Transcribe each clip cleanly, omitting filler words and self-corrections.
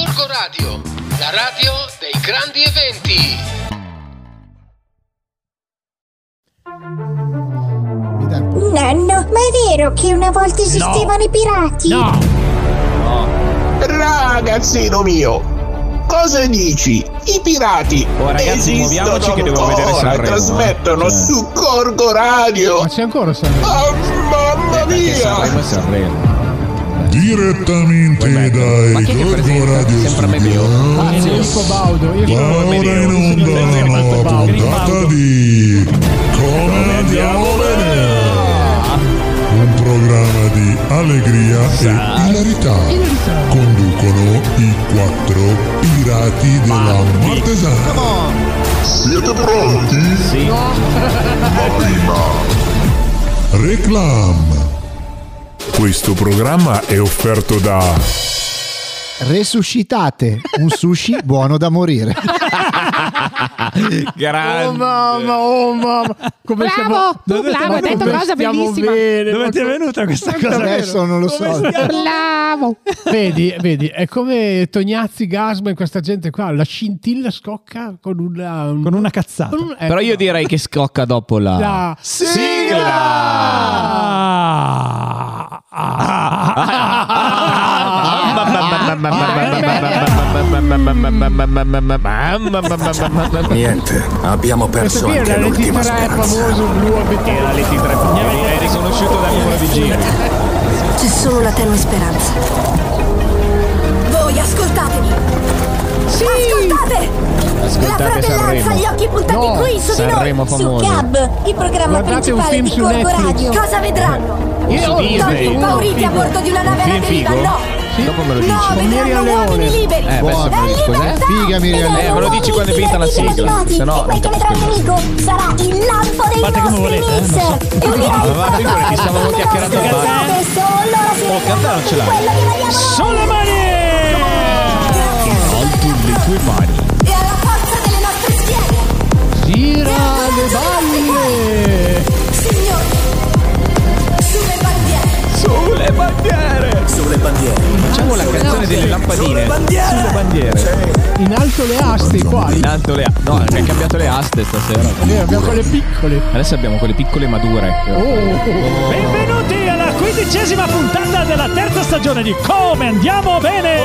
Gorgo Radio, la radio dei grandi eventi. Nonno, ma è vero che una volta esistevano i pirati? No. Ragazzino mio, cosa dici? I pirati ragazzi, muoviamoci che devo vedere Sanremo. Trasmettono su Gorgo Radio. Ma c'è ancora Sanremo? Oh, mamma mia! Sanremo è Sanremo. Direttamente dai Gorgo Radio Studio. Mirko Baudo. Va ora in onda una puntata di Come Andiamo Bene, un programma di allegria e hilarità. Conducono i 4 pirati della Martesana. Siete pronti? Sì. Ma prima Reclam. Questo programma è offerto da Resuscitate, un sushi buono da morire. Grande. Oh mamma. Come bravo, hai detto cosa bellissima. Dove ti è venuta questa cosa? Adesso non lo so. Bravo. Vedi, è come Tognazzi, Gasman, questa gente qua, la scintilla scocca con una cazzata. Però io direi che scocca dopo la Niente, abbiamo perso Questo qui anche era l'ultima l'ET3 speranza. famoso blu Era l'ET3, è riconosciuto dal numero di giri. C'è solo la tenue speranza. Voi ascoltatemi! Sì. Ascoltate La fratellanza, Sanremo. gli occhi puntati qui su di noi. Sanremo Su famoso. Cab, il programma Guardate un principale film di su Gorgo Netflix. Radio. Cosa vedranno? Su Donne Disney. impaurite a bordo di una nave alla Film deriva, figo? no! Dopo me lo dici. No, Miriam vedranno Leone. uomini liberi! Adesso me lo dici cos'è? Figa Miriam Vedranno me lo dici quando è finita la uomini sigla, immaginati. se no E quel che vedrà il nemico sarà il lampo dei Fate come nostri volete, mixer. E unirà il Ma figurati, stavamo chiacchierando al bar. Cantare non ce l'hai. Sulle mani! Alto le tue mani. E alla forza delle nostre schiene! Gira le balle! Signori, sulle bandiere! Sulle bandiere. Sulle bandiere. Facciamo la canzone delle lampadine. Sulle bandiere. In alto le aste, quali? In alto le no, abbiamo cambiato le aste stasera. Abbiamo quelle piccole. Adesso abbiamo quelle piccole madure. Benvenuti alla 15ª puntata della terza stagione di Come Andiamo Bene!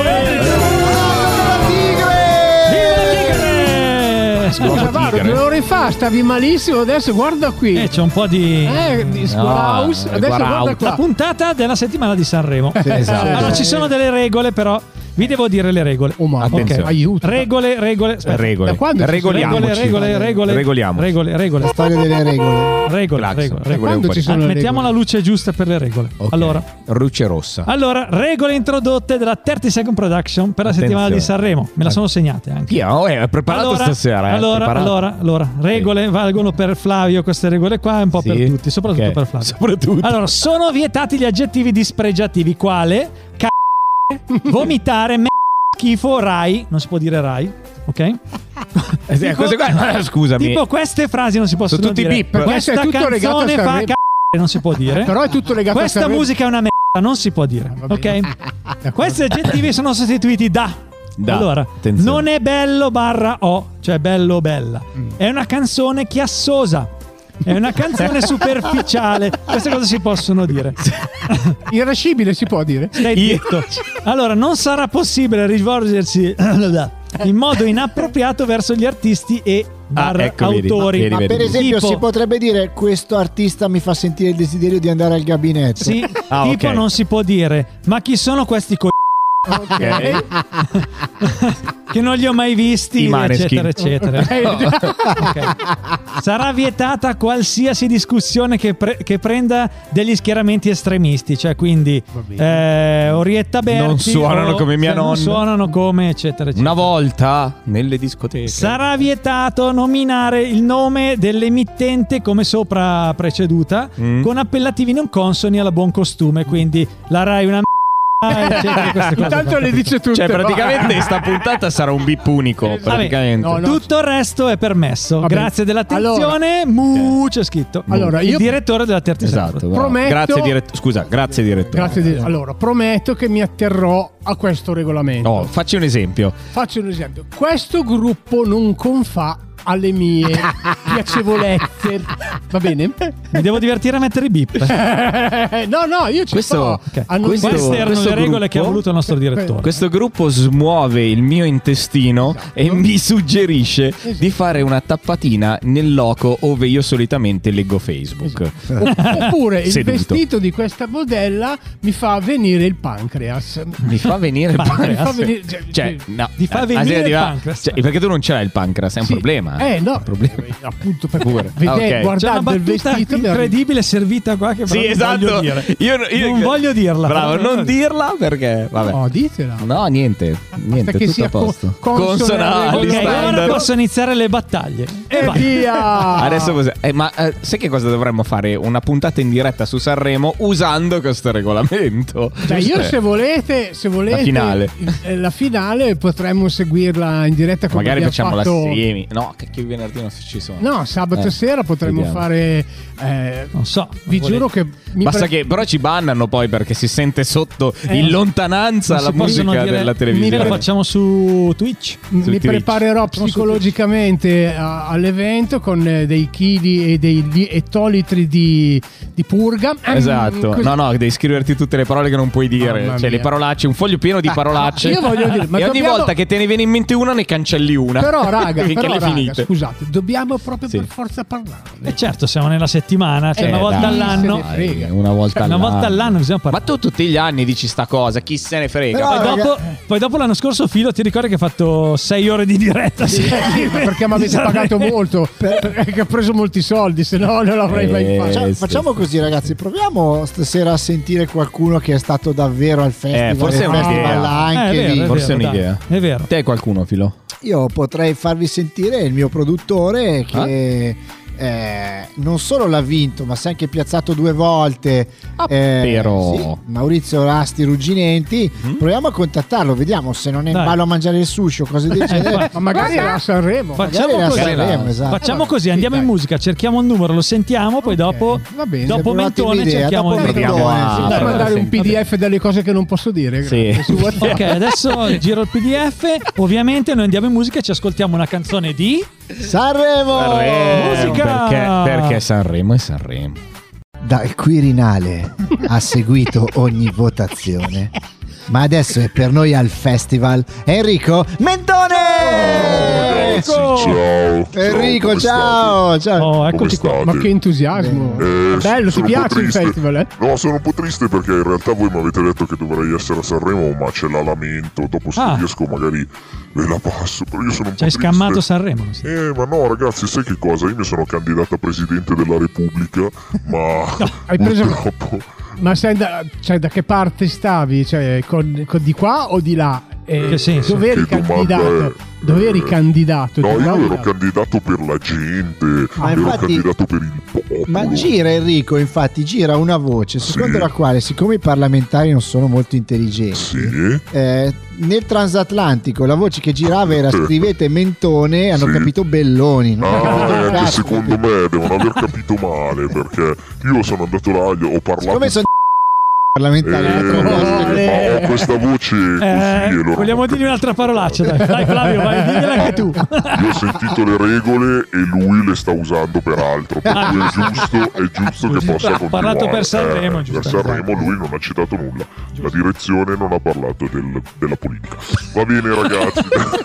Viva la tigre! Scusa Varo, 2 ore fa stavi malissimo, adesso guarda qui. C'è un po' di Squaraus. Adesso guarda qua. la puntata della settimana di Sanremo. Esatto. Allora ci sono delle regole, però vi devo dire le regole. Oh mamma, Attenzione. aiuto. Regole. Regole. Da quando ci sono Regoliamoci. Regole. Storia delle regole. Regole quando un po' ci sono le Mettiamo la luce giusta per le regole. Ok. Luce rossa. Allora, regole introdotte dalla 30 Second Production per la settimana di Sanremo. Me la sono segnate anche. Io ho preparato stasera. Allora, regole valgono per Flavio, queste regole qua, un po' per tutti, soprattutto Ok. per Flavio. Soprattutto. Allora, sono vietati gli aggettivi dispregiativi, quale vomitare, schifo, rai, non si può dire rai, ok? Cose qua, scusami. Tipo queste frasi non si possono Sono tutti dire. beep. Questo è Questa tutto legato a canzone fa Sanremo. non si può dire. Però è tutto legato a Questa Sanremo. musica è una merda, non si può dire, ok? Questi aggettivi sono sostituiti da. Allora, attenzione. non è bello barra o, cioè bello o bella. È una canzone chiassosa. È una canzone superficiale. Queste cose si possono dire. Irascibile si può dire. Stai zitto. Allora, non sarà possibile rivolgersi in modo inappropriato verso gli artisti e autori. vedi. Ma per esempio Tipo- si potrebbe dire questo artista mi fa sentire il desiderio di andare al gabinetto. Sì, Ah, tipo ok. non si può dire ma chi sono questi Ok. che non li ho mai visti, I Maneskin. eccetera. Ok. Sarà vietata qualsiasi discussione che prenda degli schieramenti estremisti, cioè quindi Orietta Berti Non suonano come mia non nonna. suonano come eccetera. Una volta nelle discoteche. Sarà vietato nominare il nome dell'emittente come sopra preceduta con appellativi non consoni alla buon costume, quindi la Rai una Intanto le dice tutte. Cioè, praticamente sta puntata sarà un bip unico. Praticamente. No, Tutto il resto è permesso. Vabbè. Grazie dell'attenzione. C'è scritto. Allora, il io direttore della terza Esatto. Prometto- Grazie direttore. Allora, prometto che mi atterrò a questo regolamento. Oh, facci un esempio. Faccio un esempio. Questo gruppo non confà alle mie piacevolezze. Va bene? Mi devo divertire a mettere i bip. No, io ci sto. Queste erano le regole che ha voluto il nostro direttore. Questo gruppo smuove il mio intestino e mi suggerisce di fare una tappatina nel loco ove io solitamente leggo Facebook. Oppure il Seduto. vestito di questa modella mi fa venire il pancreas. Mi fa venire il pancreas. Mi fa venire, Ti fa venire il pancreas. Cioè, perché tu non ce l'hai il pancreas, è un problema. No, problema. Appunto perché Pure. vedete, Ok. guardando il battuta vestito incredibile servita qua che Sì, però esatto. non voglio dire. Io non voglio dirla. Bravo, però non dirla perché vabbè. No, ditela. No, niente, che tutto sia a posto. consona alle agli Ok, ora standard. possono iniziare le battaglie. E Vai. via. Adesso ma sai che cosa dovremmo fare? Una puntata in diretta su Sanremo usando questo regolamento. Cioè, io se volete la finale potremmo seguirla in diretta come magari abbiamo facciamo fatto. la semi. No, che venerdì non ci sono. No, sabato sera potremmo vediamo. fare Non so. vi giuro che Basta che però ci bannano poi perché si sente sotto in lontananza non la si possono musica dire- della Lo televisione. facciamo su Twitch. mi Twitch. preparerò psicologicamente all'evento con dei chili e dei ettolitri di purga. Esatto, Così. no, devi scriverti tutte le parole che non puoi dire. Mamma Cioè, le mia. parolacce, un foglio pieno di parolacce. io voglio dire, ma e ogni dobbiamo- volta che te ne viene in mente una, ne cancelli una. Però raga, finché le finite. scusate, dobbiamo proprio Sì. per forza parlarne. E certo, siamo nella settimana, cioè una volta dai, all'anno. se ne frega. Una volta Una volta all'anno bisogna Ma parlare. tu tutti gli anni dici sta cosa, chi se ne frega? Però- Poi dopo l'anno scorso Filo ti ricordi che ha fatto 6 ore di diretta? Sì, ma perché mi avete pagato molto, perché ho preso molti soldi, se no non l'avrei mai fatto. sì, Facciamo così, ragazzi, proviamo stasera a sentire qualcuno che è stato davvero al festival. forse è al un'idea. festival anche vero, lì. Forse è vero, un'idea. dai, è vero. Te hai qualcuno, Filo? Io potrei farvi sentire il mio produttore che non solo l'ha vinto, ma si è anche piazzato 2 volte. però. Sì, Maurizio Rasti Rugginenti. Proviamo a contattarlo, vediamo se non è in Dai. ballo a mangiare il sushi o cose del genere. Ma magari era a Sanremo. Facciamo Magari così. era Sanremo, esatto. Facciamo così, andiamo dai. in musica, cerchiamo un numero, lo sentiamo, poi dopo va bene. dopo Se provate Mentone l'idea, cerchiamo dopo di Mentone, Proviamo sì. a- Puoi Vabbè, mandare un sì. PDF delle cose che non posso dire? Sì. Grazie, su WhatsApp. Ok, adesso giro il PDF. Ovviamente noi andiamo in musica e ci ascoltiamo una canzone di Sanremo! Musica! Perché Sanremo è Sanremo. Dal Quirinale ha seguito ogni votazione, ma adesso è per noi al festival Enrico Mentone! Ciao. Enrico, come ciao! Ciao! Oh, Come eccoti qua. state? Ma che entusiasmo. Bello, ti sono un po' piace il triste. festival, eh? No, sono un po' triste perché in realtà voi mi avete detto che dovrei essere a Sanremo, ma ce la lamento. Dopo se Ah. riesco magari ve la passo, però io sono un Ci hai po' triste. scammato Sanremo. Sì. Ma no, ragazzi, sai che cosa? Io mi sono candidato a Presidente della Repubblica, ma hai preso- purtroppo... Ma sai da che parte stavi? Cioè, con di qua o di là? Che senso? Dove eri Che domanda candidato? è? Dove eri candidato? No, Di là o io di ero là? candidato per la gente, Ma ero infatti- candidato per il popolo. Ma gira Enrico, infatti, gira una voce secondo la quale, siccome i parlamentari non sono molto intelligenti, Sì? nel transatlantico la voce che girava era scrivete Mentone, hanno Sì. capito Belloni. Non hanno capito un Anche cazzo. secondo me devono aver capito male, perché io sono andato là, gli ho parlato... Siccome sono parlamentari, un'altra cosa che- ma ho questa voce così e loro Vogliamo non dirgli un'altra parolaccia, dai. Dai Flavio, vai, digliela anche tu. Io ho sentito le regole e lui le sta usando per altro, per cui è giusto che possa Ha continuare. parlato per Sanremo, Per giusto. Sanremo lui non ha citato nulla, la direzione non ha parlato della politica. Va bene ragazzi,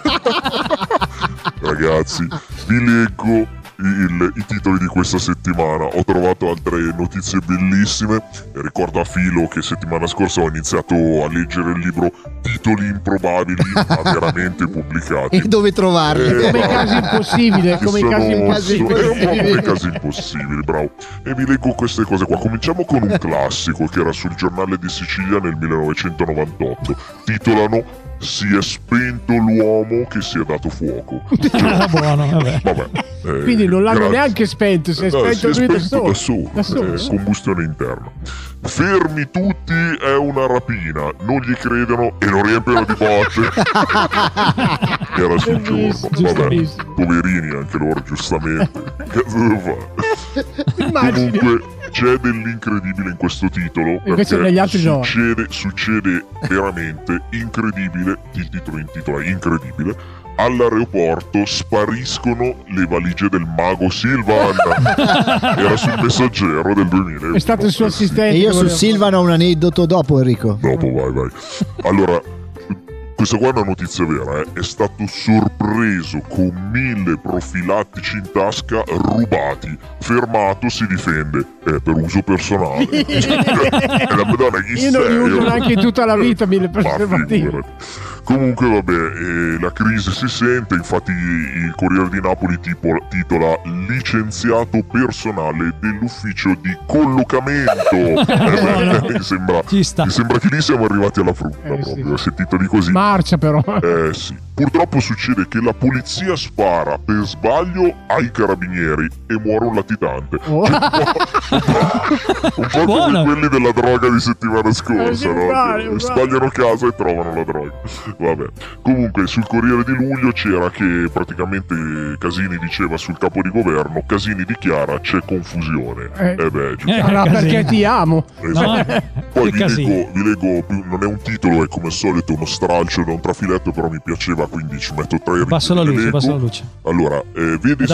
ragazzi, vi leggo i titoli di questa settimana. Ho trovato altre notizie bellissime. Ricordo a Filo che settimana scorsa ho iniziato a leggere il libro Titoli improbabili ma veramente pubblicati. E dove trovarli? Come i casi impossibili, Che come i casi sono- impossibili. è un po' come i casi impossibili, bravo. E vi leggo queste cose qua. Cominciamo con un classico che era sul giornale di Sicilia nel 1998. Titolano si è spento l'uomo che si è dato fuoco. Buono, vabbè. Quindi non l'hanno grazie. neanche spento, si è Si spento è lui da spento solo. da solo. Combustione interna. Fermi tutti, è una rapina. Non gli credono e lo riempiono di botte. Era sul giorno. Vabbè, poverini anche loro, giustamente. Cazzo devo fare? Comunque c'è dell'incredibile in questo titolo. Invece negli altri succede veramente incredibile. Il titolo intitola Incredibile. All'aeroporto spariscono le valigie del mago Silvan. Era sul Messaggero del 2000. È stato il suo assistente. E io su Silvan ho un aneddoto dopo, Enrico. Dopo, vai. Allora, questa qua è una notizia vera, È stato sorpreso con 1000 profilattici in tasca rubati. Fermato, si difende. Per uso personale. La Madonna, chi io non li uso sei? neanche in tutta la vita 1000 Ma preservativi. figurati. Comunque vabbè, la crisi si sente, infatti il Corriere di Napoli titola licenziato personale dell'ufficio di collocamento. Mi sembra che lì siamo arrivati alla frutta proprio, se titoli così. Marcia però. Sì. Purtroppo succede che la polizia spara per sbaglio ai carabinieri e muore un latitante. Un po' come quelli della droga di settimana scorsa, no? Sbagliano casa e trovano la droga. Vabbè. Comunque sul Corriere di Luglio c'era che praticamente Casini diceva sul capo di governo, Casini dichiara c'è confusione. Perché ti amo. Esatto. Poi vi leggo, non è un titolo, è come al solito uno stralcio da un trafiletto, però mi piaceva, quindi ci metto 3 Passo la luce. Allora, vede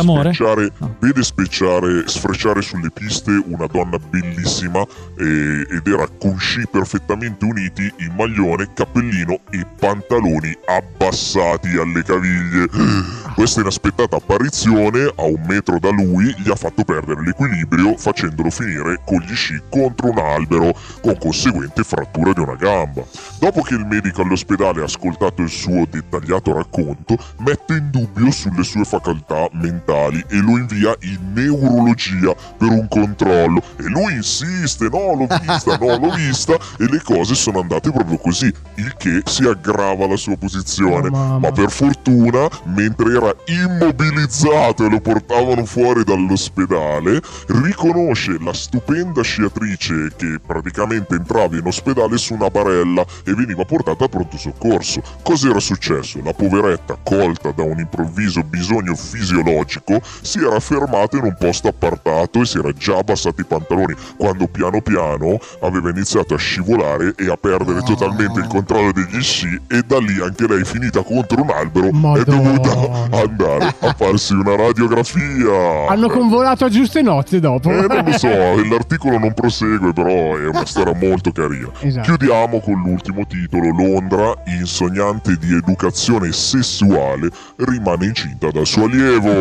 sfrecciare sulle piste una donna bellissima ed era con sci perfettamente uniti in maglione, cappellino e pantaloni abbassati alle caviglie. Questa inaspettata apparizione a 1 metro da lui gli ha fatto perdere l'equilibrio, facendolo finire con gli sci contro un albero, con conseguente frattura di una gamba. Dopo che il medico all'ospedale ha ascoltato il suo dettagliato racconto, mette in dubbio sulle sue facoltà mentali e lo invia in neurologia per un controllo. E lui insiste: no, l'ho vista, e le cose sono andate proprio così, il che si aggrava la sua posizione. Ma per fortuna, mentre era immobilizzato e lo portavano fuori dall'ospedale, riconosce la stupenda sciatrice che praticamente entrava in ospedale su una barella e veniva portata a pronto soccorso. Cos'era successo? La poveretta, colta da un improvviso bisogno fisiologico, si era fermata in un posto appartato e si era già abbassati i pantaloni, quando piano piano aveva iniziato a scivolare e a perdere totalmente il controllo degli sci, e da lì anche lei, finita contro un albero, è dovuta andare a farsi una radiografia. Hanno convolato a giuste nozze dopo. Non lo so, l'articolo non prosegue, però è una storia molto carina. Esatto. Chiudiamo con l'ultimo titolo. Londra, insegnante di educazione sessuale, rimane incinta dal suo allievo.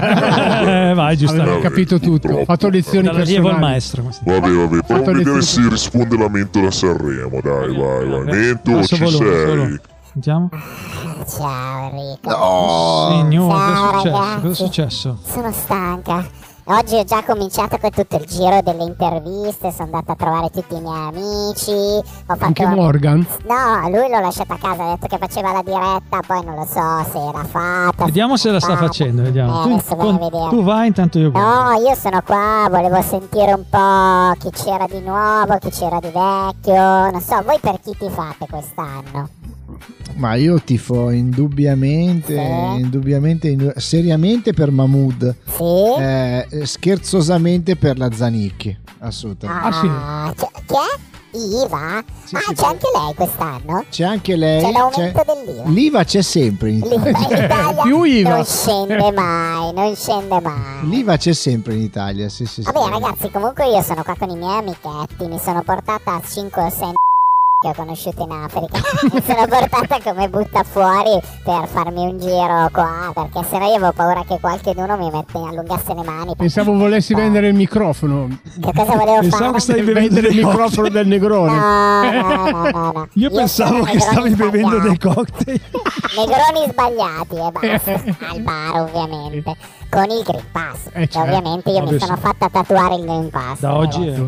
Vai, giustamente. Avevo capito tutto. Ho fatto lezioni Dall'allievo al personali. maestro. Vabbè, provo a vedere se risponde la Mento da Sanremo. Dai, vai. Mento, ci sei? Sentiamo. Ciao Enrico. Signore, Ciao, cosa è successo? Sono stanca. Oggi ho già cominciato con tutto il giro delle interviste, sono andata a trovare tutti i miei amici. Ho fatto... Anche Morgan? No, lui l'ho lasciato a casa, ha detto che faceva la diretta, poi non lo so se era fatta. Vediamo se la sta facendo, vediamo. Adesso vai a vedere. Tu vai, intanto io guardo. No, io sono qua, volevo sentire un po' chi c'era di nuovo, chi c'era di vecchio. Non so, voi per chi tifate quest'anno? Ma io tifo seriamente per Mahmood. Sì? Scherzosamente per la Zanicchi, assolutamente. Chi è? Iva? C'è anche lei quest'anno? C'è anche lei. C'è l'aumento dell'IVA. L'IVA c'è sempre in L'IVA in Italia Più IVA. non scende mai. L'IVA c'è sempre in Italia, sì. Vabbè ragazzi, comunque io sono qua con i miei amichetti, mi sono portata 5 o 6 che ho conosciuto in Africa. Mi sono portata come butta fuori per farmi un giro qua, perché sennò io avevo paura che qualcuno mi allungasse le mani. Pensavo volessi vendere il microfono. Che cosa volevo Pensavo fare? che stavi bevendo Vendere il dei microfono del Negroni. No. Io pensavo che stavi bevendo dei cocktail. Negroni sbagliati e basta. Al bar ovviamente. Con il Green Pass. Certo. Ovviamente io mi sono fatta tatuare il Green Pass. Da oggi è...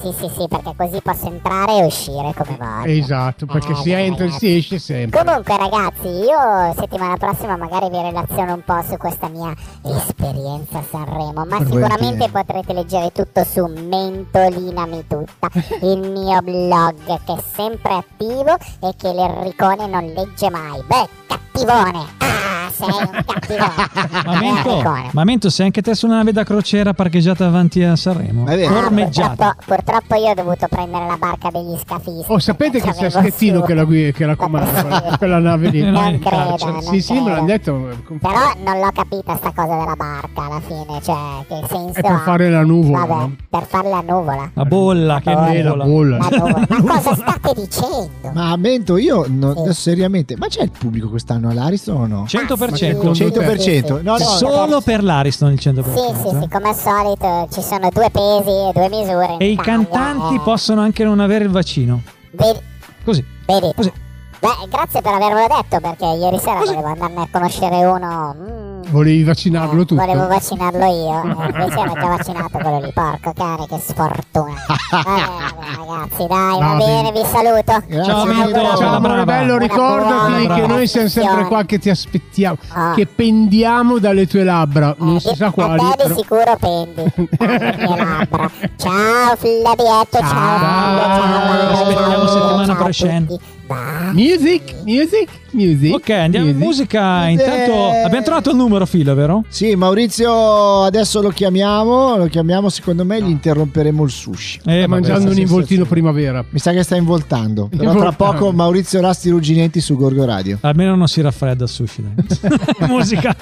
Sì, perché così posso entrare e uscire come voglio. Esatto, perché si entra e si esce sempre. Comunque ragazzi, io settimana prossima magari vi relaziono un po' su questa mia esperienza a Sanremo, ma sicuramente potrete leggere tutto su Mentolinami Tutta, il mio blog che è sempre attivo e che l'Enricone non legge mai. Beh, cattivone! Sei un cattivone. Ma Mento, sei anche te su una nave da crociera parcheggiata davanti a Sanremo? Ormeggiata. Purtroppo io ho dovuto prendere la barca degli scafisti. Sapete che c'è Schettino che la comanda quella nave lì? Non credo. Sì, me l'hanno detto. Però non l'ho capita sta cosa della barca alla fine, cioè che senso È per fare la nuvola. Vabbè, no? Per fare la nuvola. La bolla, che nuvola. Ma cosa state dicendo? Ma Mento, io seriamente, ma c'è il pubblico quest'anno all'Ariston o no? 100%. 100%. No, Solo per l'Ariston il 100%. Sì, come al solito ci sono 2 pesi e 2 misure. E i cantanti possono anche non avere il vaccino. Così. Vedi? Così. Beh, grazie per avermelo detto, perché ieri sera volevo andarne a conoscere uno. Volevi vaccinarlo tu? Volevo vaccinarlo io, invece era già vaccinato quello lì, porco cane, che sfortuna. Vabbè, ragazzi, dai, va bene, vi saluto. Ciao Mento, ciao amore bello, ricordati che noi siamo sempre qua che ti aspettiamo, che pendiamo dalle tue labbra, non si sa quali. A te di sicuro pendi dalle mie labbra. Ciao Flavietto, ciao. Aspettiamo settimana prossima. Music. Ok, andiamo in musica. Intanto abbiamo trovato il numero, Filo, vero? Sì, Maurizio adesso lo chiamiamo, secondo me gli interromperemo il sushi. Sta mangiando un involtino primavera. Mi sa che sta involtando. Però tra poco Maurizio Rasti Ruggинenti su Gorgo Radio. Almeno non si raffredda il sushi, dai. Musica.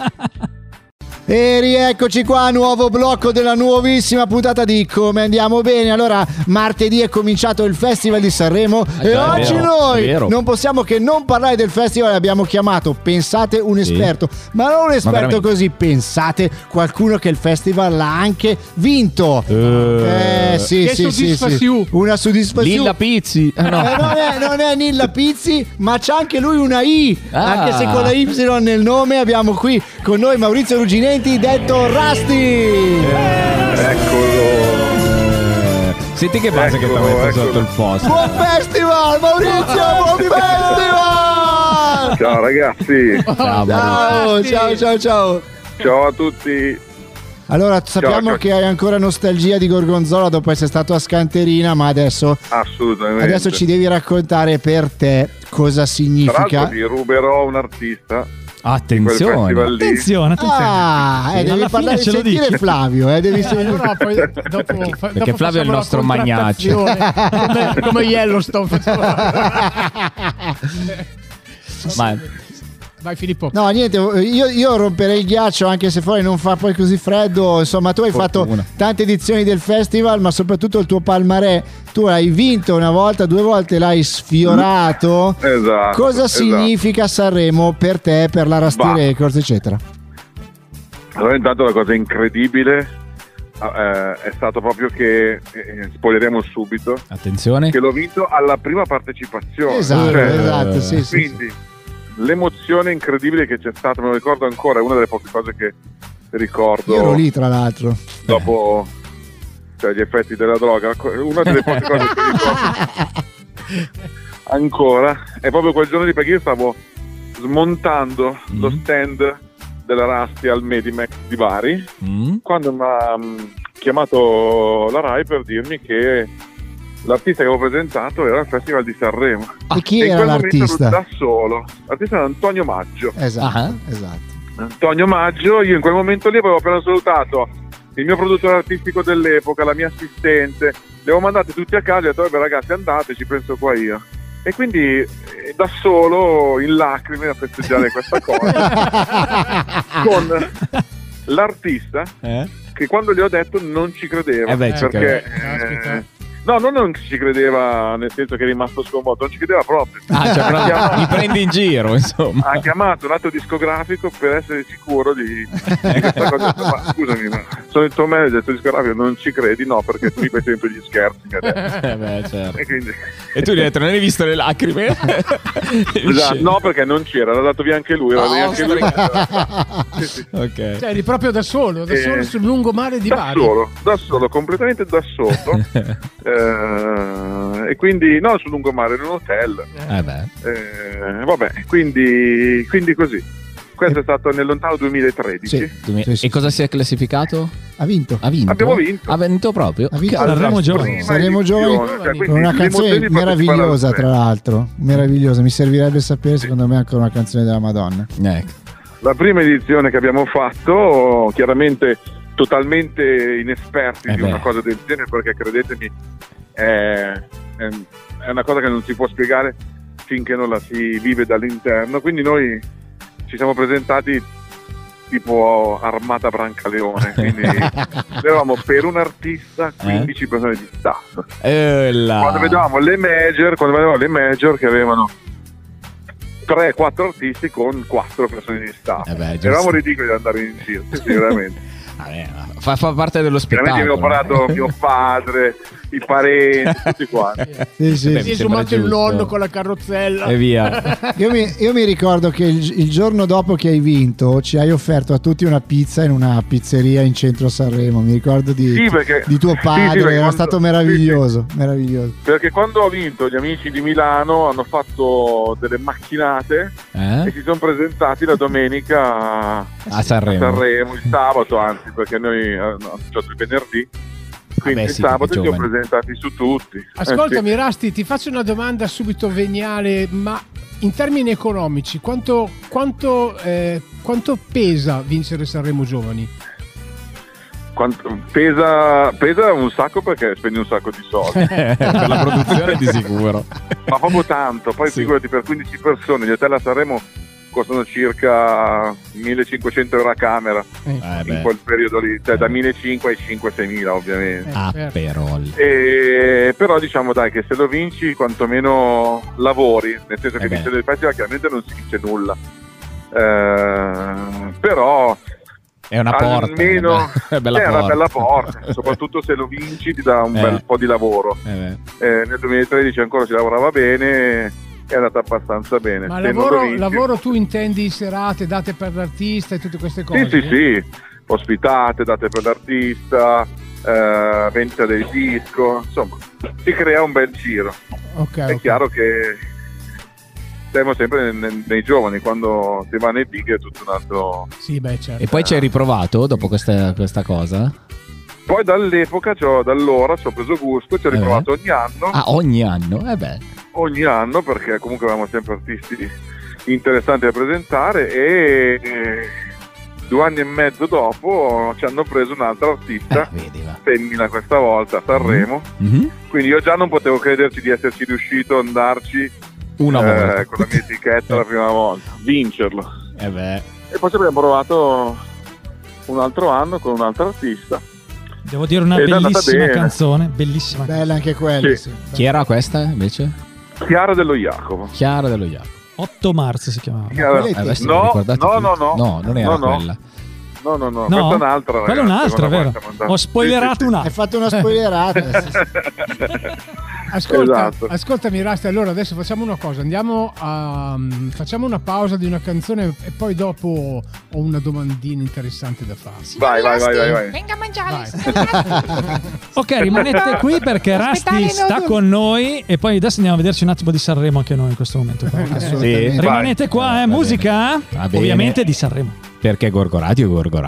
E rieccoci qua, nuovo blocco della nuovissima puntata di Come Andiamo Bene. Allora, martedì è cominciato il Festival di Sanremo e oggi noi non possiamo che non parlare del festival. Abbiamo chiamato, pensate, un esperto, ma non un esperto così, pensate, qualcuno che il festival l'ha anche vinto. Sì. Una soddisfazione. Nilla Pizzi. Non è Nilla Pizzi, ma c'ha anche lui una I, anche se con la Y nel nome. Abbiamo qui con noi Maurizio Ruggинenti, detto Rusty. Eccolo. Senti che base che ti ha messo sotto il posto. Buon festival Maurizio, buon festival. Ciao ragazzi. Ciao. Ciao a tutti. Allora, sappiamo che hai ancora nostalgia di Gorgonzola dopo essere stato a Scanterina, ma adesso ci devi raccontare per te cosa significa. Tra l'altro ti ruberò un artista. Attenzione. Devi parlare, sentire Flavio, devi sentire. Perché Flavio è il nostro magnaccio. come Yellowstone. Vai Filippo. No, niente, io romperei il ghiaccio anche se fuori non fa poi così freddo. Insomma, tu hai fatto tante edizioni del festival, ma soprattutto il tuo palmarès. Tu hai vinto una volta, 2 volte l'hai sfiorato. Esatto. Cosa significa Sanremo per te, per la Rusty Records, eccetera? Allora, intanto la cosa incredibile è stato proprio che spoileremo subito. Attenzione. Che l'ho vinto alla prima partecipazione. Esatto, sì. Quindi l'emozione incredibile che c'è stata, me lo ricordo ancora, è una delle poche cose che ricordo. Io ero lì, tra l'altro. Dopo gli effetti della droga, una delle poche cose che ricordo ancora è proprio quel giorno lì, perché io stavo smontando lo stand della Rusty al Medimax di Bari quando mi ha chiamato la Rai per dirmi che l'artista che avevo presentato era il Festival di Sanremo. E chi era l'artista? Da solo. L'artista era Antonio Maggio. Esatto. Antonio Maggio, io in quel momento lì avevo appena salutato il mio produttore artistico dell'epoca, la mia assistente, li avevo mandati tutti a casa e ho detto: vabbè ragazzi, andate, ci penso qua io. E quindi da solo in lacrime a festeggiare questa cosa con l'artista che quando gli ho detto non ci credeva, perché no, non ci credeva nel senso che è rimasto sconvolto, non ci credeva proprio. Mi prendi in giro, insomma. Ha chiamato un atto discografico per essere sicuro di questa cosa. Ma scusami, ma sono il tuo manager, il tuo discografico, non ci credi? No, perché tu mi fai sempre gli scherzi. Certo. E tu gli hai detto: non hai visto le lacrime? No, perché non c'era, l'ha dato via anche lui. Sì. Ok. Cioè, eri proprio da solo sul lungomare di Bari. Da solo, completamente da solo. E quindi sul lungomare, in un hotel. Vabbè, quindi così. Questo è stato nel lontano 2013. E cosa si è classificato? Ha vinto. Abbiamo vinto. Ha vinto proprio. Ha vinto Saremo giovani. Saremo giovani, con una canzone meravigliosa, tra l'altro. Meravigliosa. Mi servirebbe sapere, secondo me, ancora una canzone della Madonna. La prima edizione che abbiamo fatto, chiaramente totalmente inesperti di una cosa del genere, perché credetemi è una cosa che non si può spiegare finché non la si vive dall'interno. Quindi noi ci siamo presentati tipo Armata Brancaleone, quindi avevamo per un artista 15 persone di staff. Quando vedevamo le major che avevano 3-4 artisti con 4 persone di staff, eravamo ridicoli da andare in giro, sì, veramente. Fa parte dello spettacolo. Veramente mi ho parlato mio padre, i parenti, tutti quanti. Si è sumato il nonno con la carrozzella e via. Io mi ricordo che il giorno dopo che hai vinto ci hai offerto a tutti una pizza in una pizzeria in centro a Sanremo. Mi ricordo di tuo padre, era stato meraviglioso, meraviglioso. Perché quando ho vinto, gli amici di Milano hanno fatto delle macchinate e si sono presentati la domenica a Sanremo, il sabato anzi, perché noi abbiamo il venerdì. Quindi il sabato ci siamo presentati su tutti. Ascoltami, Rasti, ti faccio una domanda subito veniale, ma in termini economici quanto pesa vincere Sanremo Giovani? Pesa un sacco, perché spendi un sacco di soldi per la produzione di sicuro, ma proprio tanto. Poi figurati, per 15 persone gli hotel a Sanremo costano circa 1.500 euro a camera in quel periodo lì, cioè da 1.500 ai 5-6.000 ovviamente. Però diciamo dai che se lo vinci quantomeno lavori, nel senso che vincere il festival chiaramente non si vince nulla, però è una porta, almeno è una bella porta, soprattutto se lo vinci ti dà un bel po' di lavoro. Nel 2013 ancora si lavorava bene, è andata abbastanza bene. Ma lavoro tu intendi serate, date per l'artista e tutte queste cose? Sì, ospitate, date per l'artista, vendita del disco, insomma si crea un bel giro. È chiaro che siamo sempre nei giovani, quando si va nei big è tutto un altro. Sì, certo. E poi ci hai riprovato dopo questa cosa? Poi dall'allora ci ho preso gusto, ci ho riprovato ogni anno. Ogni anno? Ogni anno, perché comunque avevamo sempre artisti interessanti da presentare, e 2 anni e mezzo dopo ci hanno preso un'altra artista, femmina questa volta, a Sanremo. Quindi io già non potevo crederci di esserci riuscito ad andarci una volta con la mia etichetta la prima volta, vincerlo. E poi ci abbiamo provato un altro anno con un altro artista. Devo dire una bellissima canzone, bellissima. Bella anche quella. Sì. Chi era questa invece? Chiara dello Jacopo. 8 marzo si chiamava. No, non era quella. No, questa è un'altra. Quella è un'altra, vero? Ho spoilerato un'altra. Hai fatto una spoilerata. Ascoltami Rasti, allora adesso facciamo una cosa, facciamo una pausa di una canzone e poi dopo ho una domandina interessante da farsi. Vai. Venga a mangiare. Ok, rimanete qui perché Rasti sta con noi e poi adesso andiamo a vederci un attimo di Sanremo anche noi in questo momento. Rimanete qua, musica ovviamente di Sanremo. Perché Gorgo Radio.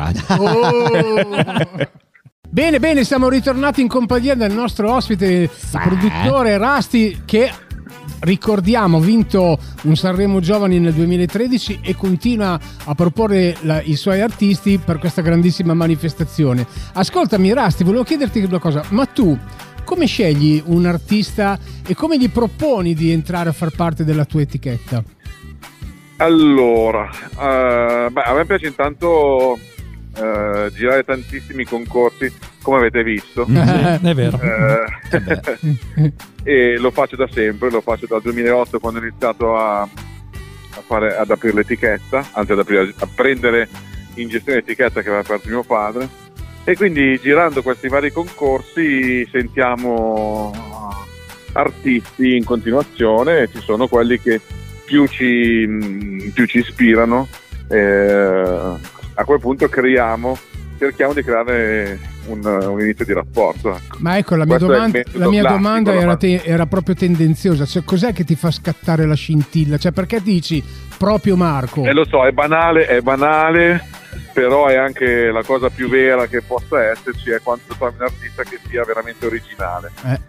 Bene, siamo ritornati in compagnia del nostro ospite, il produttore Rasti, che ricordiamo ha vinto un Sanremo Giovani nel 2013 e continua a proporre i suoi artisti per questa grandissima manifestazione. Ascoltami Rasti, volevo chiederti una cosa, ma tu come scegli un artista e come gli proponi di entrare a far parte della tua etichetta? Allora, a me piace intanto girare tantissimi concorsi, come avete visto. È vero. E lo faccio da sempre, lo faccio dal 2008, quando ho iniziato ad aprire l'etichetta, anzi a prendere in gestione l'etichetta che aveva aperto mio padre, e quindi girando questi vari concorsi sentiamo artisti in continuazione, e ci sono quelli che più ci ispirano. A quel punto cerchiamo di creare un inizio di rapporto. Ma ecco, la mia domanda era proprio tendenziosa, cioè cos'è che ti fa scattare la scintilla? Cioè perché dici proprio Marco? Lo so, è banale, però è anche la cosa più vera che possa esserci, è quando trovi un artista che sia veramente originale.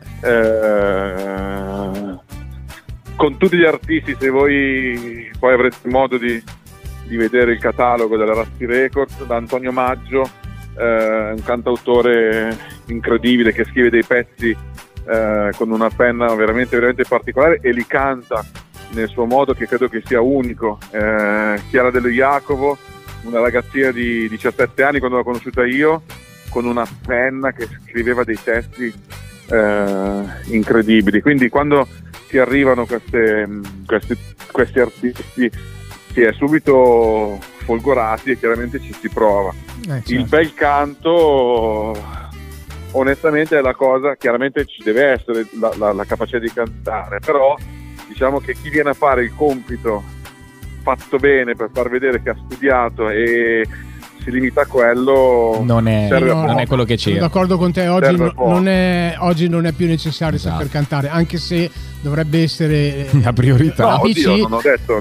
Con tutti gli artisti, se voi poi avrete modo di vedere il catalogo della Rusty Records, da Antonio Maggio, un cantautore incredibile che scrive dei pezzi con una penna veramente, veramente particolare e li canta nel suo modo che credo che sia unico. Chiara Dello Jacopo, una ragazzina di 17 anni quando l'ho conosciuta io, con una penna che scriveva dei testi incredibili. Quindi quando ti arrivano questi artisti si è subito folgorati e chiaramente ci si prova. Certo. Il bel canto onestamente è la cosa, chiaramente ci deve essere la capacità di cantare, però diciamo che chi viene a fare il compito fatto bene per far vedere che ha studiato e si limita a quello, non è quello che c'era. Sono d'accordo con te, oggi non è più necessario saper cantare, anche se dovrebbe essere la priorità. Non ho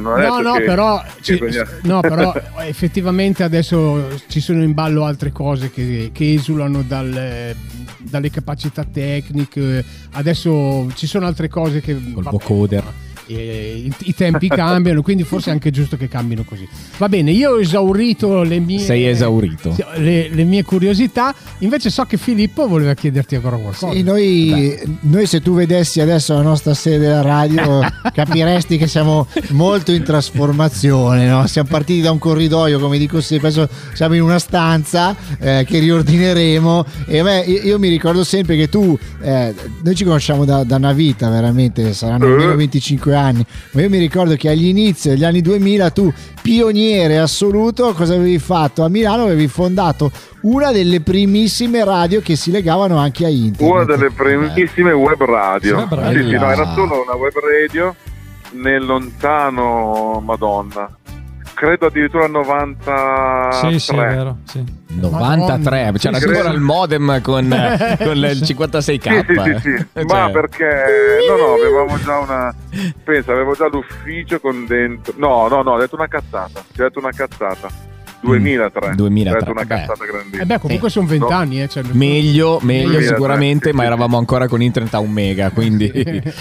detto però effettivamente adesso ci sono in ballo altre cose che esulano dalle capacità tecniche. Adesso ci sono altre cose che col vocoder. I tempi cambiano, quindi forse è anche giusto che cambino così. Va bene, io ho esaurito le mie. Sei esaurito. Le mie curiosità. Invece so che Filippo voleva chiederti ancora qualcosa. Sì, noi se tu vedessi adesso la nostra sede della radio capiresti che siamo molto in trasformazione, no? Siamo partiti da un corridoio, come dico sempre, adesso siamo in una stanza che riordineremo. E io mi ricordo sempre che tu noi ci conosciamo da una vita, veramente saranno almeno 25 anni, ma io mi ricordo che agli inizi degli anni 2000 tu, pioniere assoluto, cosa avevi fatto? A Milano avevi fondato una delle primissime radio che si legavano anche a internet. Una delle primissime web radio. Sì, no, era solo una web radio nel lontano Madonna. Credo addirittura 93. Sì, è vero. Sì. 93, c'era ancora il modem con il 56k. Sì. Ma perché avevamo già avevo già l'ufficio con dentro. No, ho detto una cazzata. 2003. Ho detto una cazzata grandissima. Comunque sono 20 anni. Cioè, meglio sicuramente, ma eravamo ancora con internet a 1 mega, quindi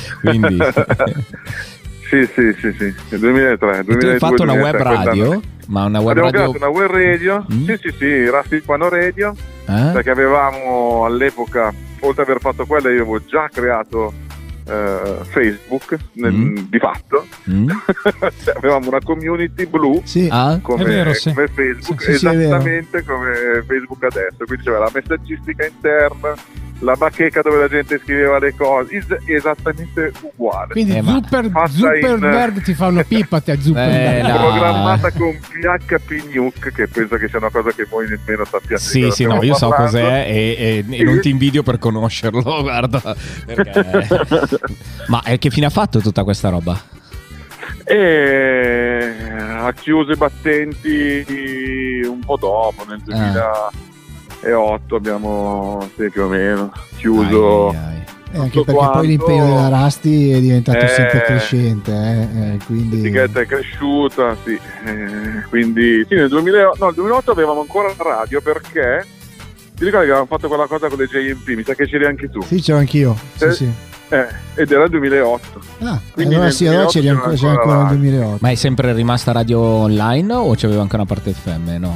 Sì, 2003. Tu hai fatto una web radio? Ma una web radio? Abbiamo creato una web radio, sì, Rastipano Radio, perché avevamo all'epoca, oltre ad aver fatto quella, io avevo già creato Facebook, di fatto. Cioè, avevamo una community blu come Facebook, esattamente come Facebook adesso, quindi c'era la messaggistica interna, la bacheca dove la gente scriveva le cose, esattamente uguale. Quindi Zuckerberg ti fa una pippa a te, Zuckerberg. Programmata con PHP Nuke, che penso che sia una cosa che voi nemmeno sappiate. Sì, no, io so cos'è e non ti invidio per conoscerlo, guarda. Perché... Ma che fine ha fatto tutta questa roba? Ha chiuso i battenti un po' dopo, nel 2008 abbiamo più o meno chiuso. Anche perché poi l'impegno della Rusty è diventato sempre crescente, quindi l'etichetta è cresciuta, sì. Quindi sì, nel 2008 avevamo ancora la radio, perché ti ricordi che avevamo fatto quella cosa con le JMP? Mi sa che c'eri anche tu. Sì, c'ero anch'io. Sì. Ed era il 2008. Quindi allora c'era ancora il 2008. Ma è sempre rimasta radio online o c'aveva anche una parte FM? No,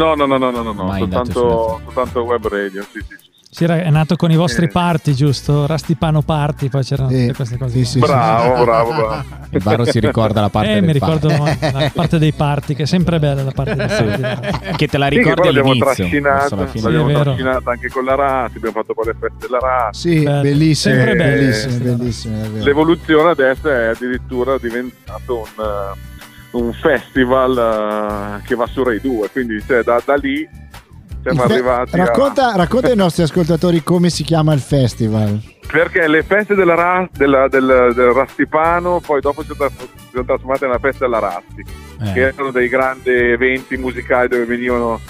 soltanto web radio. Sì. Sì, è nato con i vostri party, giusto? Rastipano party, poi c'erano tutte queste cose. Sì. Bravo. Il Barro si ricorda la parte mi ricordo la parte dei party, che è sempre bella la parte dei party. Che te la ricordi all'inizio. L'abbiamo trascinata anche con la Rusty, abbiamo fatto poi le feste della Rusty. Sì, bellissime, bellissime. L'evoluzione adesso è addirittura diventato un festival che va su Rai 2, quindi da lì siamo arrivati racconta ai nostri ascoltatori come si chiama il festival. Perché le feste del Rastipano poi dopo si sono trasformate nella festa della Rusty, che erano dei grandi eventi musicali dove venivano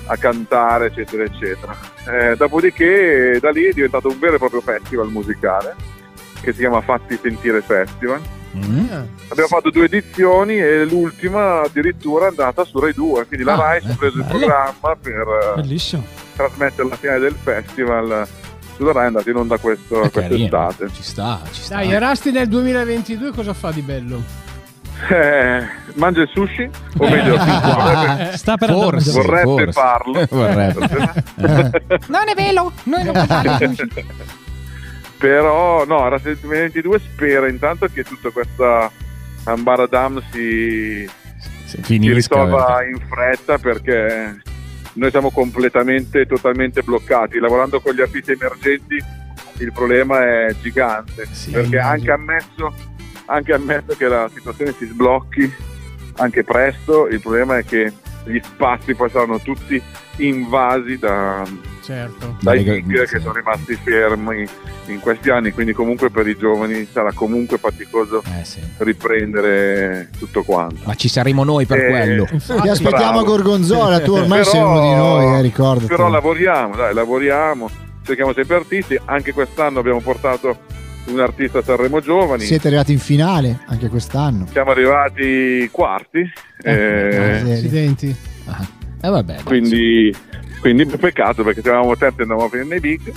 a cantare, eccetera, eccetera. Dopodiché da lì è diventato un vero e proprio festival musicale che si chiama Fatti Sentire Festival. Abbiamo fatto 2 edizioni e l'ultima addirittura è andata su Rai 2, quindi la Rai si è preso il programma per trasmettere la finale del festival. Sulla Rai è andato in onda quest'estate. Ci sta. Dai, Erasti nel 2022 cosa fa di bello? Mangia il sushi? O meglio, vorrebbe farlo. Non è vero, noi non mangiamo il sushi. Però no, Erasti nel 2022 spera intanto che tutta questa ambaradam si risolva in fretta, perché noi siamo totalmente bloccati. Lavorando con gli artisti emergenti il problema è gigante, perché anche ammesso che la situazione si sblocchi anche presto, il problema è che gli spazi poi saranno tutti invasi dai big che sono rimasti fermi in questi anni, quindi comunque per i giovani sarà comunque faticoso riprendere tutto quanto. Ma ci saremo noi per quello. Ti aspettiamo a Gorgonzola, tu ormai sei uno di noi, ricordati. Però lavoriamo, cerchiamo sempre artisti. Anche quest'anno abbiamo portato un artista a Sanremo Giovani. Siete arrivati in finale anche quest'anno. Siamo arrivati quarti. Accidenti. Vabbè, quindi peccato, perché se eravamo terzi andavamo a finire nei big.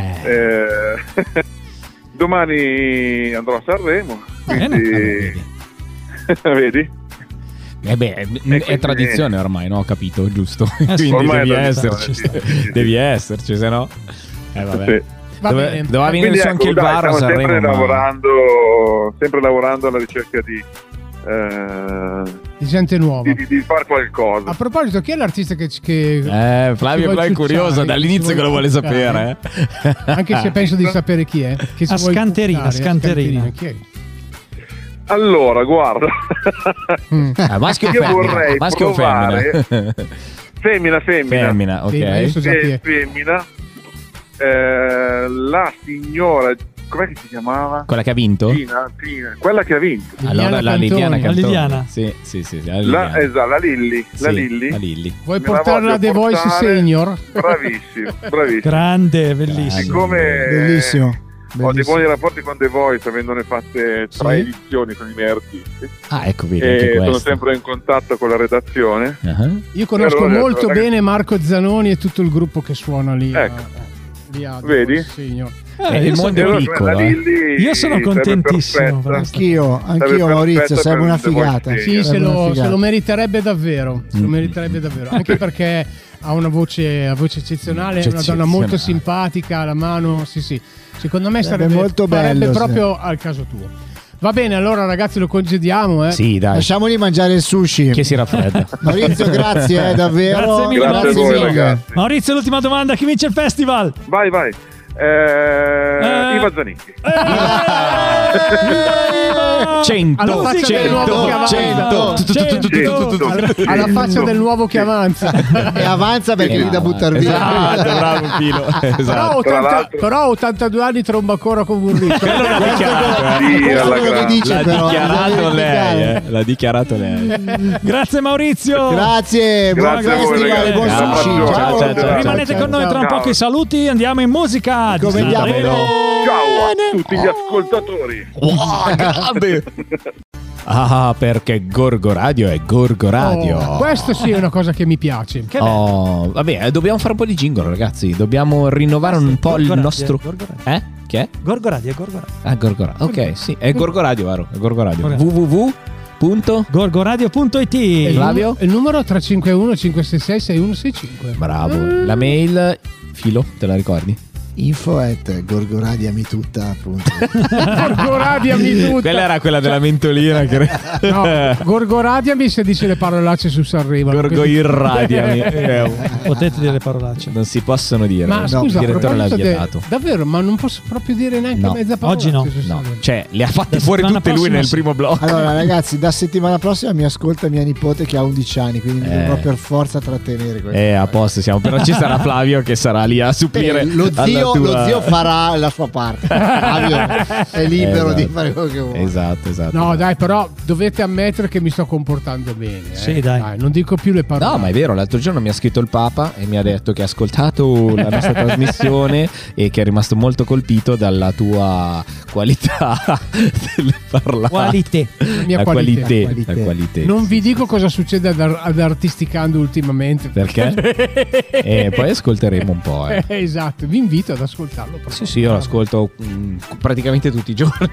Domani andrò a Sanremo. Vedi? È tradizione ormai, no? Ho capito, giusto? Quindi devi esserci, se no. Vabbè. Doveva venire su anche il VAR a Sanremo. Sempre lavorando alla ricerca di gente nuova, di fare qualcosa. A proposito, chi è l'artista che Flavio è curioso dall'inizio che lo vuole sapere, anche se penso di sapere chi è. A Scanterina. Chi è? Allora, guarda, maschio o femmina? Femmina, ok. Femmina. La signora, com'è che si chiamava? Quella che ha vinto? Tina, quella che ha vinto. Allora la Liliana Cantone. Liliana. Sì, la Lilli. La Lilli. Vuoi portarla a The Voice Senior? Bravissimo. Grande, bellissimo. Siccome bellissimo. Ho dei buoni rapporti con The Voice, avendone fatte 3 edizioni con i miei artisti. Ecco, vedi, e sono sempre in contatto con la redazione. Io conosco molto bene Marco Zanoni e tutto il gruppo che suona lì. Vedi? Il mondo è piccolo. Io sono contentissimo. Anch'io Maurizio, sarebbe una figata. Sì, se lo meriterebbe davvero. Anche perché ha una voce eccezionale, è una donna molto simpatica, la mano, sì. Secondo me sarebbe molto bello, proprio al caso tuo. Va bene, allora ragazzi, lo congediamo. Sì, dai. Lasciamoli mangiare il sushi. Che si raffredda. Maurizio, grazie, davvero. Grazie mille, ragazzi. Maurizio, l'ultima domanda: chi vince il festival? Vai. Iva Zanicchi. 100 alla faccia del nuovo che avanza. E avanza perché lì da buttare via. Bravo Pino. Però 82 anni tromba ancora come un ricco. L'ha dichiarato lei. Grazie Maurizio. Grazie, buon festival, buon sushi. Ciao. Rimanete con noi tra un po', che saluti, andiamo in musica. Come andiamo? Ciao a tutti gli ascoltatori. Perché Gorgo Radio è Gorgo Radio. Questo sì è una cosa che mi piace. Vabbè, dobbiamo fare un po' di jingle, ragazzi. Dobbiamo rinnovare un po' il nostro. Che è? Gorgo Radio. Gorgo Radio. Ok, sì, è Gorgo Radio, vero? È Gorgo Radio. www.gorgoradio.it. Flavio? Il numero 351 566 6165. Bravo. La mail, Filo, te la ricordi? info@gorgoradiami.it. Quella era quella della mentolina. No, Gorgoradiami se dice le parolacce su Sanremo. Gorgoirradiami. Potete dire le parolacce. Non si possono dire. Ma scusa, il direttore l'ha vietato. Davvero, ma non posso proprio dire neanche mezza parola. Oggi no. Cioè, le ha fatte fuori tutte lui nel primo blocco. Allora ragazzi, da settimana prossima mi ascolta mia nipote che ha 11 anni, quindi mi dovrò per forza trattenere. A posto siamo. Però ci sarà Flavio che sarà lì a supplire lo zio Lo zio farà la sua parte. Flavio è libero di fare quello che vuole. Esatto. No, dai, però dovete ammettere che mi sto comportando bene. Sì, dai. Non dico più le parole. No, ma è vero, l'altro giorno mi ha scritto il Papa e mi ha detto che ha ascoltato la nostra trasmissione e che è rimasto molto colpito dalla tua qualità del parlare. La qualità. Qualità. Non vi dico cosa succede ad Artisticando ultimamente. Perché? Poi ascolteremo un po'. Esatto, vi invito ad ascoltarlo. Sì, io lo ascolto praticamente tutti i giorni.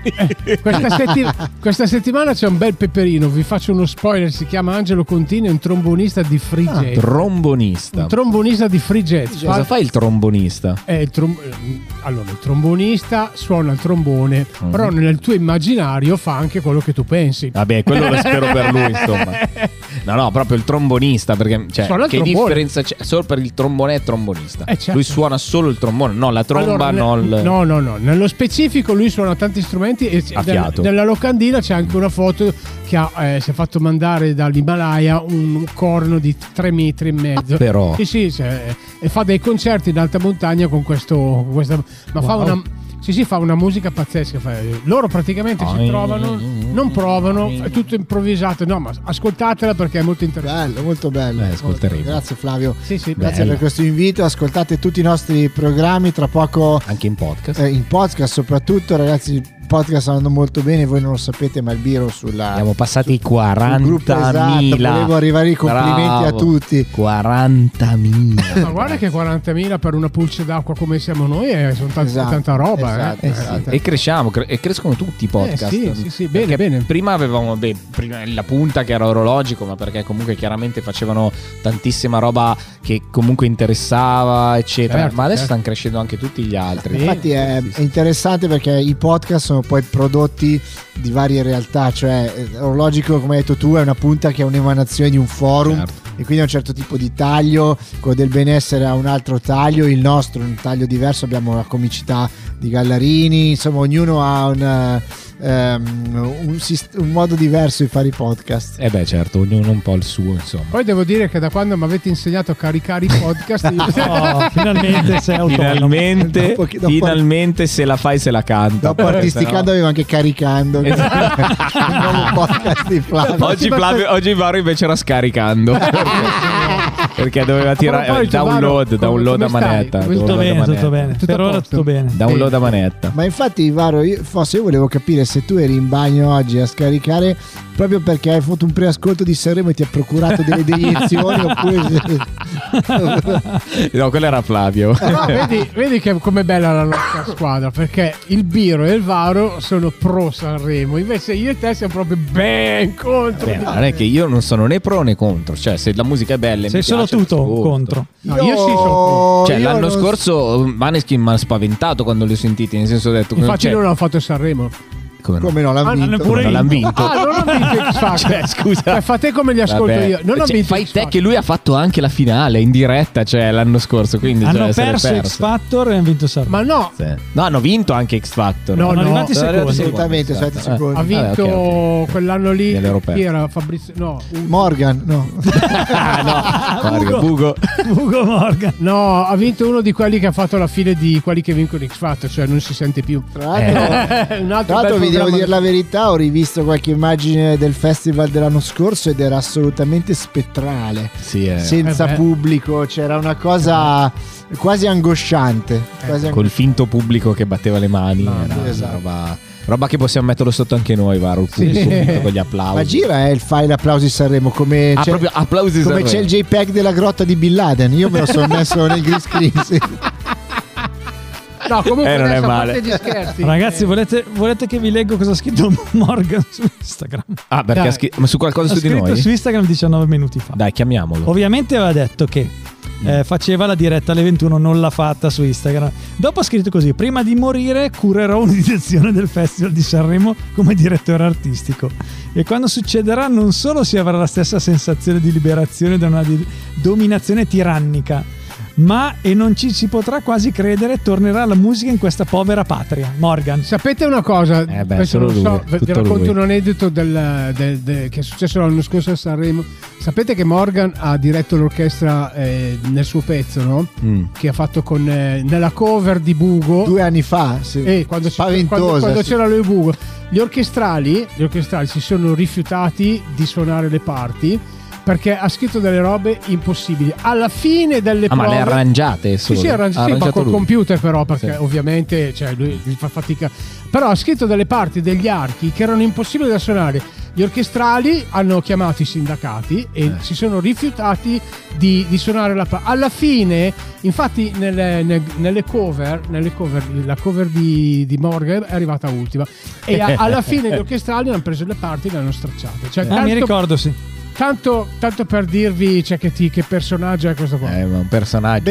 Questa settimana c'è un bel peperino, vi faccio uno spoiler, si chiama Angelo Contini, è un trombonista di free jazz. Trombonista. Un trombonista di free jazz. Cosa fa il trombonista? Allora, il trombonista suona il trombone, però nel tuo immaginario fa anche quello che tu pensi. Vabbè, quello lo spero per lui, insomma. No, proprio il trombonista, perché che differenza c'è? Solo per il trombone è trombonista. Certo. Lui suona solo il trombone, no, la tromba, No, nello specifico lui suona tanti strumenti e nella locandina c'è anche una foto che si è fatto mandare dall'Himalaya un corno di 3 metri e mezzo. Però sì, e fa dei concerti in alta montagna con questa ma wow. Fa una musica pazzesca. Loro praticamente si trovano, non provano, è tutto improvvisato. No, ma ascoltatela perché è molto interessante. Bello, molto bello. Ascolteremo. Grazie Flavio. Sì, grazie per questo invito. Ascoltate tutti i nostri programmi, tra poco anche in podcast. In podcast soprattutto, ragazzi. Podcast andando molto bene, voi non lo sapete, ma il Biro abbiamo passati i 40.000. Volevo arrivare i complimenti a tutti. 40.000. Ma guarda che 40.000 per una pulce d'acqua come siamo noi sono tanta roba. Esatto. E cresciamo e crescono tutti i podcast. Sì, bene. Prima avevamo la punta che era orologico, ma perché comunque chiaramente facevano tantissima roba che comunque interessava, eccetera. Ma adesso stanno crescendo anche tutti gli altri. Infatti è interessante perché i podcast sono poi prodotti di varie realtà, cioè Orologico, come hai detto tu, è una punta che è un'emanazione di un forum, e quindi ha un certo tipo di taglio, quello del benessere ha un altro taglio, il nostro è un taglio diverso, abbiamo la comicità di Gallarini, insomma ognuno ha un modo diverso di fare i podcast. Certo, ognuno un po' il suo, insomma. Poi devo dire che da quando mi avete insegnato a caricare i podcast finalmente sei autonomo. Finalmente se la fai, se la canta. Dopo Artisticando aveva anche Caricando. Il nuovo podcast di Flavio. Oggi Varo invece era Scaricando. Perché doveva tirare il download a manetta. Tutto bene. Per ora tutto bene. Download a manetta. Ma infatti Varo, io volevo capire se tu eri in bagno oggi a scaricare proprio perché hai fatto un preascolto di Sanremo e ti ha procurato delle deiezioni oppure no, quello era Flavio. No, vedi che com'è bella la nostra squadra, perché il Biro e il Varo sono pro Sanremo, invece io e te siamo proprio ben contro. Non è che io non sono né pro né contro, cioè se la musica è bella sei solo tutto contro. No, io sì sono cioè l'anno scorso Maneskin mi ha spaventato quando li ho sentiti, nel senso ho detto infatti non hanno fatto Sanremo. Come no, l'hanno vinto? Non l'hanno vinto. Non hanno vinto X Factor. Scusa. Fate come li ascolto io. Non ho vinto fai te che lui ha fatto anche la finale in diretta, cioè l'anno scorso, quindi hanno perso X Factor e hanno vinto Sanremo. Ma no. No, hanno vinto anche X Factor. No, arrivati secondi. Assolutamente, ha vinto quell'anno lì. Chi era Fabrizio? No, Morgan, no. Bugo Morgan. No, ha vinto uno di quelli che ha fatto la fine di quelli che vincono X Factor, cioè non si sente più. Tra l'altro vi devo dire la verità, ho rivisto qualche immagine del festival dell'anno scorso ed era assolutamente spettrale, senza pubblico, c'era una cosa quasi angosciante, col finto pubblico che batteva le mani, roba che possiamo metterlo sotto anche noi, Varo, con gli applausi. Ma gira il file applausi Sanremo come c'è, proprio applausi come Sanremo. C'è il JPEG della grotta di Bin Laden, io me lo sono messo nel green screen. No, comunque non è male. Ragazzi, volete che vi leggo cosa ha scritto Morgan su Instagram? Perché ma su qualcosa su di noi? Su Instagram 19 minuti fa. Dai, chiamiamolo. Ovviamente aveva detto che faceva la diretta alle 21, non l'ha fatta su Instagram. Dopo ha scritto così: prima di morire curerò un'edizione del Festival di Sanremo come direttore artistico, e quando succederà non solo si avrà la stessa sensazione di liberazione da una dominazione tirannica, ma e non ci si potrà quasi credere, tornerà la musica in questa povera patria. Morgan. Sapete una cosa? Questo non so, vi racconto un aneddoto che è successo l'anno scorso a Sanremo. Sapete che Morgan ha diretto l'orchestra nel suo pezzo, no? Che ha fatto nella cover di Bugo 2 anni fa, sì. Quando c'era lui Bugo. Gli orchestrali si sono rifiutati di suonare le parti perché ha scritto delle robe impossibili. Alla fine delle prove, ma le arrangiate solo? Sì, ma col computer però, perché ovviamente lui fa fatica. Però ha scritto delle parti degli archi che erano impossibili da suonare. Gli orchestrali hanno chiamato i sindacati e si sono rifiutati di suonare la parte. Alla fine, infatti, nelle cover, la cover di Morgan è arrivata ultima. E alla fine gli orchestrali hanno preso le parti e le hanno stracciate. Mi ricordo, sì. Tanto per dirvi che personaggio è questo qua. Un personaggio.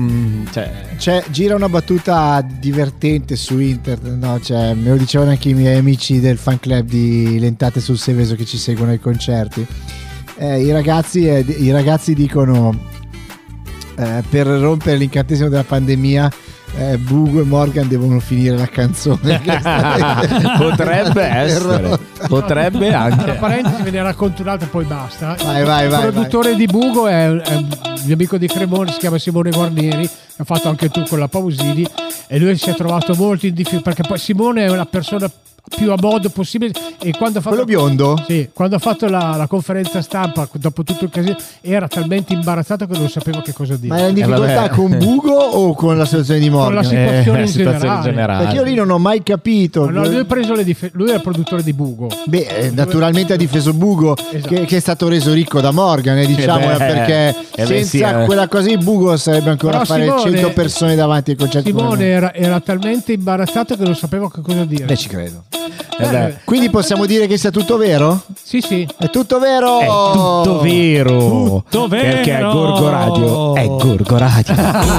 Gira una battuta divertente su internet, no? Me lo dicevano anche i miei amici del fan club di Lentate sul Seveso che ci seguono ai concerti. I ragazzi dicono per rompere l'incantesimo della pandemia, Bugo e Morgan devono finire la canzone. Potrebbe essere, potrebbe anche. Tra parentesi ve ne racconto un'altra e poi basta. Vai, il produttore di Bugo è un mio amico di Cremona, si chiama Simone Guarnieri, ha fatto anche tu con la Pausini, e lui si è trovato molto in difficoltà perché poi Simone è una persona più a modo possibile, e quando ha fatto quello biondo? Sì, quando ha fatto la conferenza stampa dopo tutto il casino era talmente imbarazzato che non sapeva che cosa dire. Ma è in difficoltà con Bugo o con la situazione di Morgan? Con la situazione in generale. Perché io lì non ho mai capito. No, lui ha preso lui è il produttore di Bugo. Naturalmente ha difeso Bugo, esatto. che è stato reso ricco da Morgan, diciamo, perché senza quella cosa di Bugo sarebbe ancora a fare Simone, 100 persone davanti ai concerti. Simone era talmente imbarazzato che non sapeva che cosa dire. Ci credo. Quindi possiamo dire che sia tutto vero? Sì. È tutto vero? È tutto vero. Perché è Gorgo Radio. È Gorgo Radio.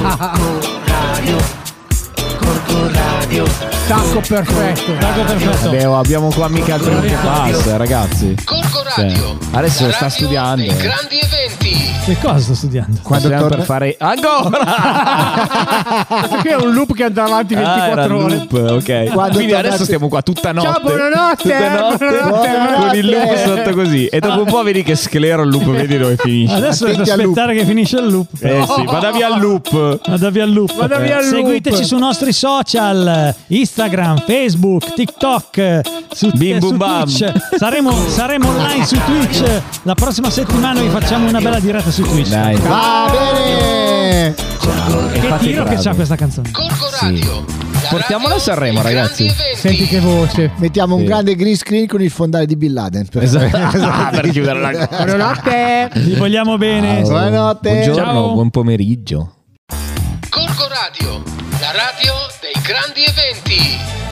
Gorgo Radio. Tacco perfetto. Abbiamo qua mica il primo che passa, ragazzi. Gorgo Radio. Adesso sta studiando. Grandi eventi. Che cosa sto studiando? Quando per fare ancora. Questo qui è un loop che andava avanti 24 ore. Loop, ok. Quindi adesso stiamo qua tutta notte. Ciao, buonanotte. Con il loop sotto così. E dopo un po' vedi che sclero il loop, vedi dove finisce. Adesso devo aspettare che finisce il loop. Sì, vada via il loop. Seguiteci sui nostri social, Instagram, Facebook, TikTok, su Twitch. Saremo online su Twitch. La prossima settimana vi facciamo una bella diretta su Twitch. Dai. Va bene. Che tiro che c'ha questa canzone. Gorgo Radio. Portiamola a Sanremo, ragazzi. Senti che voce. Mettiamo un grande green screen con il fondale di Bin Laden. Per chiudere la cosa. Buonanotte. Vi vogliamo bene. Buonanotte. Buongiorno, ciao. buon pomeriggio. Gorgo Radio, la radio dei grandi eventi.